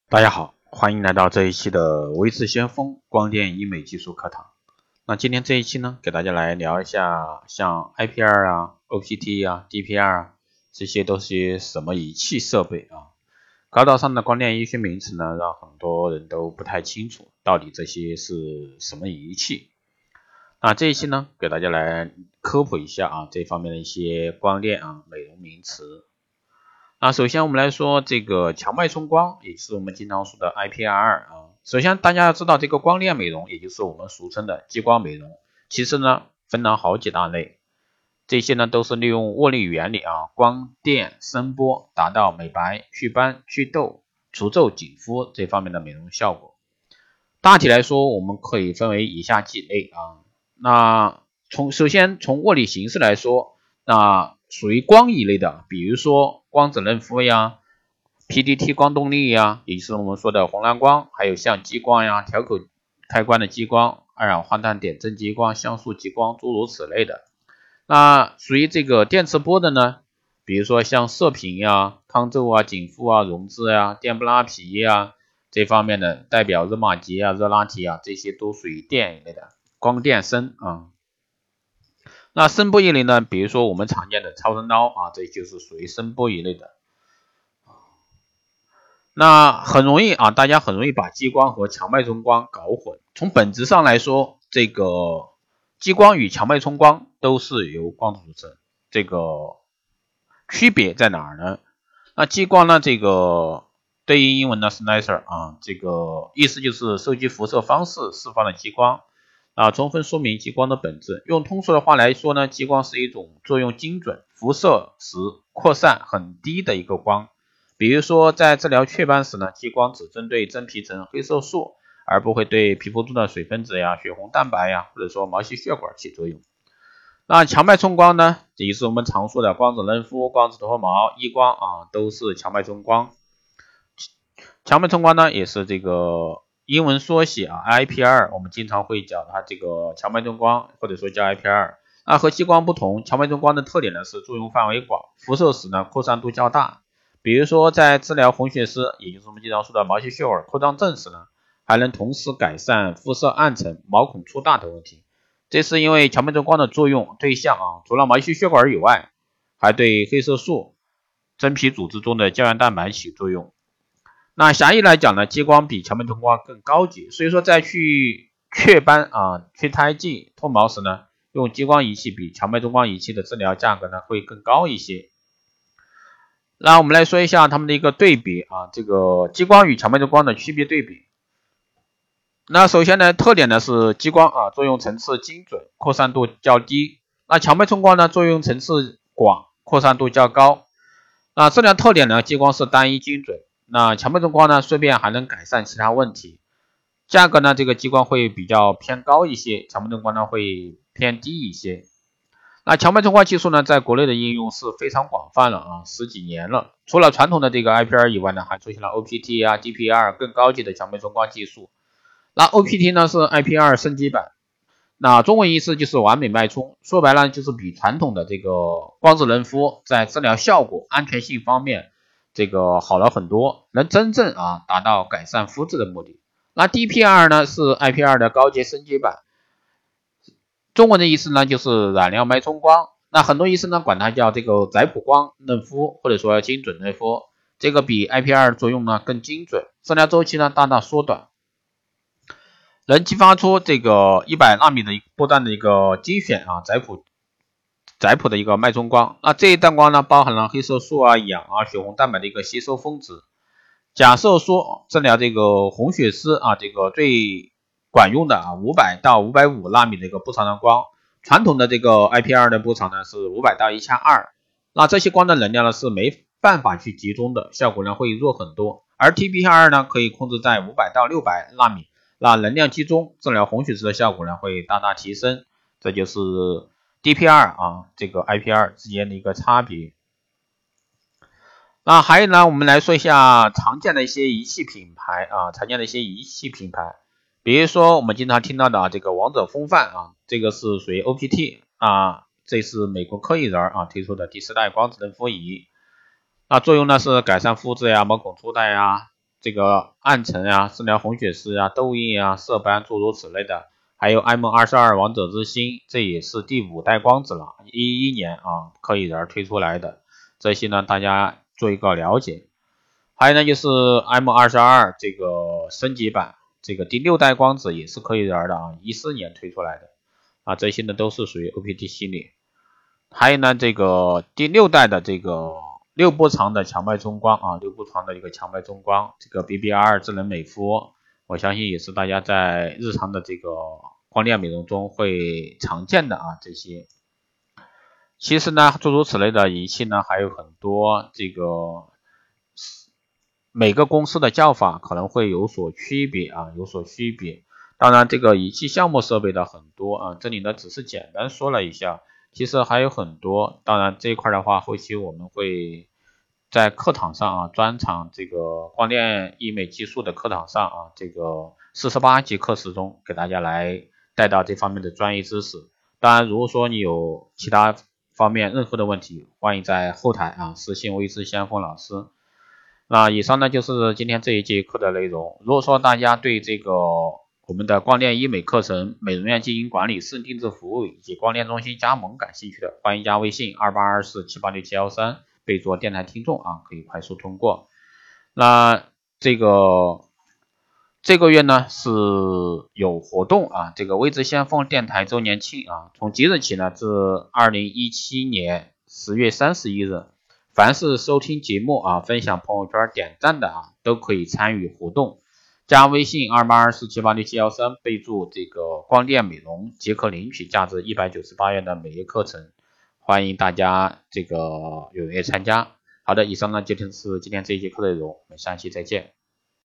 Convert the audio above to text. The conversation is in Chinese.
大家好，欢迎来到这一期的微智先锋光电医美技术课堂。那今天这一期呢，给大家来聊一下像 IPR 啊、OPT 啊、DPR 啊，这些都是些什么仪器设备啊？高大上的光电医学名词呢，让很多人都不太清楚到底这些是什么仪器。那这一期呢，给大家来科普一下啊这方面的一些光电美容名词。那首先我们来说这个强脉冲光，也是我们经常说的 IPR 啊。首先大家要知道这个光电美容，也就是我们俗称的激光美容，其实呢分了好几大类，这些呢都是利用物理原理光电声波达到美白、祛斑、祛痘、除皱、紧肤这方面的美容效果。大体来说，我们可以分为以下几类啊。那首先从物理形式来说，那属于光一类的，比如说光子嫩肤呀、PDT 光动力呀，也就是我们说的红蓝光，还有像激光呀、调口开关的激光、二氧化碳点阵激光、像素激光，诸如此类的。那属于这个电磁波的呢，比如说像射频呀、抗皱啊、紧肤啊、溶脂呀、电不拉皮呀这方面的，代表热玛吉啊、热拉提啊，这些都属于电一类的光电声啊。那声波一类呢，比如说我们常见的超声刀这就是属于声波一类的。那很容易大家很容易把激光和强脉冲光搞混。从本质上来说，这个激光与强脉冲光都是由光组成，这个区别在哪儿呢？那激光呢，这个对应英文呢是 laser 这个意思就是收集辐射方式释放的激光。充分说明激光的本质。用通俗的话来说呢，激光是一种作用精准、辐射时扩散很低的一个光。比如说在治疗雀斑时呢，激光只针对真皮层黑色素，而不会对皮肤中的水分子呀、血红蛋白呀，或者说毛细血管起作用。那强脉冲光呢，也就是我们常说的光子嫩肤、光子头毛、异光都是强脉冲光。强脉冲光呢，也是这个英文缩写IPR， 我们经常会叫它这个强脉冲光，或者说叫 IPR。和激光不同，强脉冲光的特点呢是作用范围广，辐射时呢扩散度较大。比如说在治疗红血丝，也就是我们经常说的毛细血管扩张症时呢，还能同时改善肤色暗沉、毛孔粗大的问题。这是因为强脉冲光的作用对象除了毛细血管以外，还对黑色素、真皮组织中的胶原蛋白起作用。那狭义来讲呢，激光比强脉冲光更高级，所以说在去雀斑去胎记、脱毛时呢，用激光仪器比强脉冲光仪器的治疗价格呢会更高一些。那我们来说一下它们的一个对比这个激光与强脉冲光的区别对比。那首先呢，特点呢是激光作用层次精准，扩散度较低。那强脉冲光呢作用层次广，扩散度较高。那治疗特点呢，激光是单一精准。那强脉冲光呢，顺便还能改善其他问题。价格呢，这个激光会比较偏高一些，强脉冲光呢会偏低一些。那强脉冲光技术呢，在国内的应用是非常广泛了十几年了。除了传统的这个 IPR 以外呢，还出现了 OPT DPR 更高级的强脉冲光技术。那 OPT 呢是 IPR 升级版。那中文意思就是完美脉冲，说白了就是比传统的这个光子嫩肤在治疗效果、安全性方面这个好了很多，能真正达到改善肤质的目的。那 DPR 呢是 IPR 的高阶升级版，中文的意思呢就是染料脉冲光。那很多医生呢管它叫这个载谱光嫩肤，或者说精准嫩肤。这个比 IPR 作用呢更精准，治疗周期呢大大缩短，能激发出这个100纳米的波段的一个精选载谱的一个脉冲光。那这一段光呢，包含了黑色素氧血红蛋白的一个吸收峰值。假设说治疗这个红血丝这个最管用的500到550纳米的一个波长的光，传统的这个 IPR 的波长呢是500到1200，那这些光的能量呢是没办法去集中的，效果呢会弱很多。而 DPR 呢可以控制在500到600纳米，那能量集中，治疗红血丝的效果呢会大大提升。这就是 DPR 这个 IPR 之间的一个差别。那还有呢，我们来说一下常见的一些仪器品牌比如说我们经常听到的这个王者风范这个是属于 OPT 这是美国科艺人推出的第4代光子嫩肤仪。那作用呢是改善肤质呀、毛孔粗大呀、 这个暗沉啊、治疗红血丝啊、痘印啊、色斑诸如此类的，还有 M22 王者之星，这也是第5代光子了，11年啊科艺人推出来的，这些呢大家做一个了解。还有呢就是 M22 这个升级版，这个第6代光子也是科艺人的啊，14年推出来的啊，这些呢都是属于 OPT 系列。还有呢这个第6代的这个6波长的强脉冲光啊，6波长的一个强脉冲光，这个 BBR 智能美肤，我相信也是大家在日常的这个光电美容中会常见的啊这些。其实呢诸如此类的仪器呢还有很多，这个每个公司的叫法可能会有所区别啊，有所区别。当然这个仪器项目设备的很多啊，这里呢只是简单说了一下，其实还有很多。当然这一块的话，后期我们会在课堂上啊，专场这个光电医美技术的课堂上啊，这个48节课时中给大家来带到这方面的专业知识。当然如果说你有其他方面任何的问题，欢迎在后台啊私信微知先锋老师。那以上呢就是今天这一节课的内容。如果说大家对这个我们的光电医美课程、美容院经营管理、私人定制服务以及光电中心加盟感兴趣的，欢迎加微信2824786713，备注电台听众啊，可以快速通过。那这个月呢是有活动啊，这个微知先锋电台周年庆啊，从即日起呢至2017年10月31日。凡是收听节目啊、分享朋友圈、点赞的啊，都可以参与活动。加微信2824786713，备注这个光电美容，即可领取价值198元的每月课程。欢迎大家这个踊跃参加。好的，以上呢就是今天这一节课的内容，我们下期再见。